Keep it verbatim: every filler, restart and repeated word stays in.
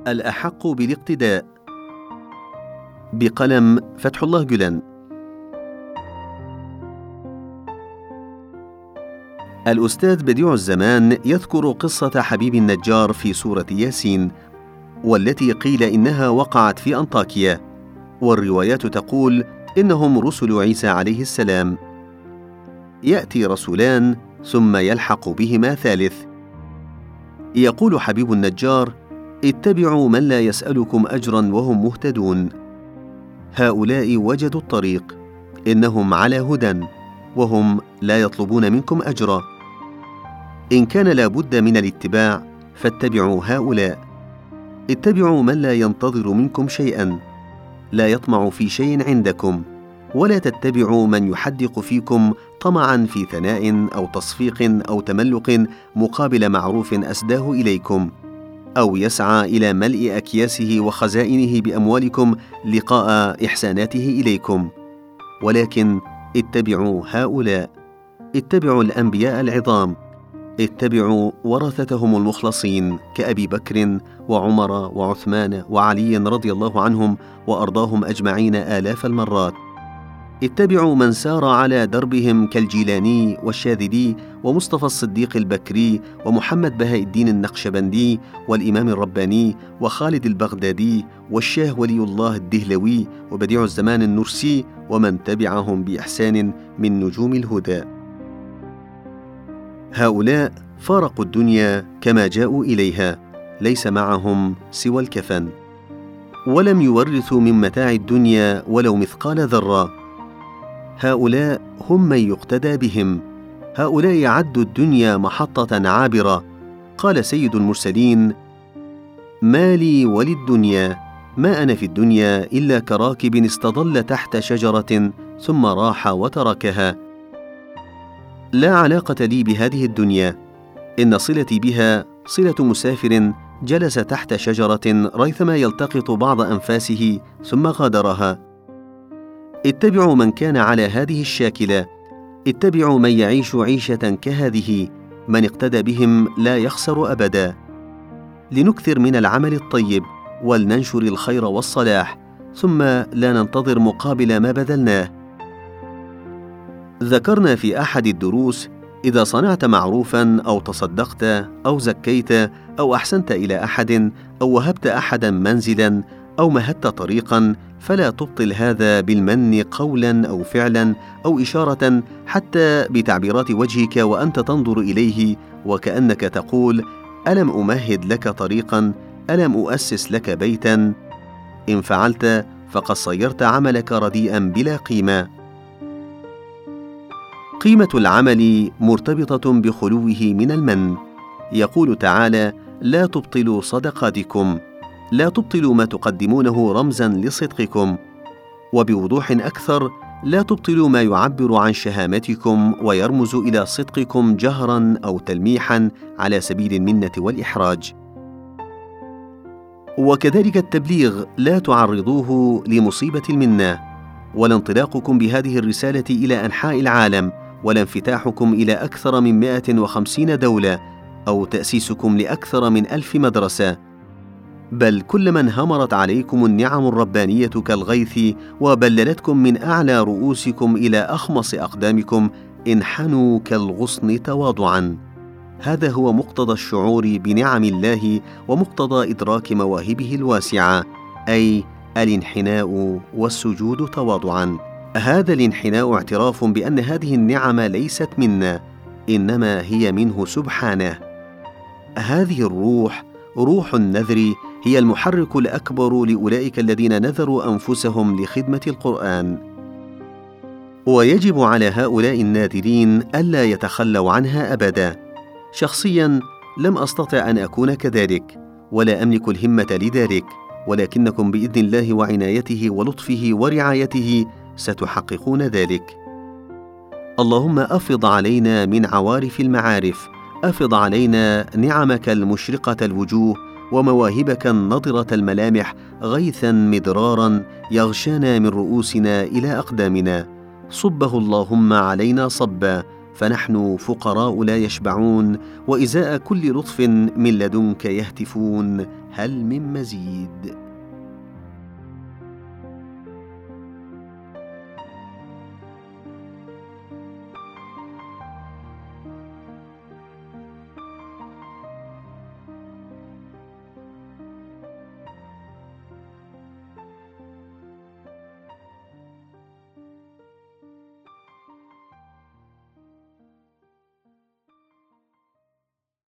الأحق بالاقتداء، بقلم فتح الله جلان. الأستاذ بديع الزمان يذكر قصة حبيب النجار في سورة ياسين، والتي قيل إنها وقعت في أنطاكيا، والروايات تقول إنهم رسل عيسى عليه السلام. يأتي رسولان ثم يلحق بهما ثالث. يقول حبيب النجار: اتبعوا من لا يسألكم أجرا وهم مهتدون. هؤلاء وجدوا الطريق، إنهم على هدى، وهم لا يطلبون منكم أجرا. إن كان لا بد من الاتباع فاتبعوا هؤلاء. اتبعوا من لا ينتظر منكم شيئا، لا يطمع في شيء عندكم، ولا تتبعوا من يحدق فيكم طمعا في ثناء أو تصفيق أو تملق مقابل معروف أسداه إليكم، أو يسعى إلى ملء أكياسه وخزائنه بأموالكم لقاء إحساناته إليكم، ولكن اتبعوا هؤلاء. اتبعوا الأنبياء العظام، اتبعوا ورثتهم المخلصين كأبي بكر وعمر وعثمان وعلي رضي الله عنهم وأرضاهم أجمعين آلاف المرات. اتبعوا من سار على دربهم كالجيلاني والشاذلي ومصطفى الصديق البكري ومحمد بهاء الدين النقشبندي والإمام الرباني وخالد البغدادي والشاه ولي الله الدهلوي وبديع الزمان النرسي ومن تبعهم بإحسان من نجوم الهدى. هؤلاء فارقوا الدنيا كما جاءوا إليها، ليس معهم سوى الكفن، ولم يورثوا من متاع الدنيا ولو مثقال ذرة. هؤلاء هم من يقتدى بهم. هؤلاء عدوا الدنيا محطة عابرة. قال سيد المرسلين: ما لي وللدنيا، ما أنا في الدنيا إلا كراكب استظل تحت شجرة ثم راح وتركها. لا علاقة لي بهذه الدنيا، إن صلتي بها صلة مسافر جلس تحت شجرة ريثما يلتقط بعض أنفاسه ثم غادرها. اتبعوا من كان على هذه الشاكلة، اتبعوا من يعيش عيشة كهذه، من اقتدى بهم لا يخسر أبدا. لنكثر من العمل الطيب ولننشر الخير والصلاح، ثم لا ننتظر مقابل ما بذلناه. ذكرنا في أحد الدروس: إذا صنعت معروفا أو تصدقت أو زكيت أو أحسنت إلى أحد أو وهبت أحدا منزلا أو مهدت طريقا، فلا تبطل هذا بالمن قولا أو فعلا أو إشارة، حتى بتعبيرات وجهك وأنت تنظر إليه وكأنك تقول: ألم أمهد لك طريقا؟ ألم أؤسس لك بيتا؟ إن فعلت فقد صيرت عملك رديئا بلا قيمة. قيمة العمل مرتبطة بخلوه من المن. يقول تعالى: لا تبطلوا صدقاتكم، لا تبطلوا ما تقدمونه رمزا لصدقكم. وبوضوح أكثر: لا تبطلوا ما يعبر عن شهامتكم ويرمز إلى صدقكم جهرا أو تلميحا على سبيل المنة والإحراج. وكذلك التبليغ، لا تعرضوه لمصيبة المنة. ولا انطلاقكم بهذه الرسالة إلى أنحاء العالم، ولا انفتاحكم إلى أكثر من مائة وخمسين دولة، أو تأسيسكم لأكثر من ألف مدرسة، بل كل من همرت عليكم النعم الربانية كالغيث وبللتكم من أعلى رؤوسكم إلى أخمص أقدامكم، انحنوا كالغصن تواضعا. هذا هو مقتضى الشعور بنعم الله ومقتضى إدراك مواهبه الواسعة، أي الانحناء والسجود تواضعا. هذا الانحناء اعتراف بأن هذه النعم ليست منا، إنما هي منه سبحانه. هذه الروح، روح النذر، هي المحرك الأكبر لأولئك الذين نذروا أنفسهم لخدمة القرآن. ويجب على هؤلاء الناذرين ألا يتخلوا عنها أبدا. شخصيا لم أستطع أن أكون كذلك، ولا أملك الهمة لذلك، ولكنكم بإذن الله وعنايته ولطفه ورعايته ستحققون ذلك. اللهم أفض علينا من عوارف المعارف، أفض علينا نعمك المشرقة الوجوه ومواهبك النضرة الملامح غيثا مدرارا يغشانا من رؤوسنا إلى أقدامنا. صبه اللهم علينا صبا، فنحن فقراء لا يشبعون، وإزاء كل لطف من لدنك يهتفون هل من مزيد.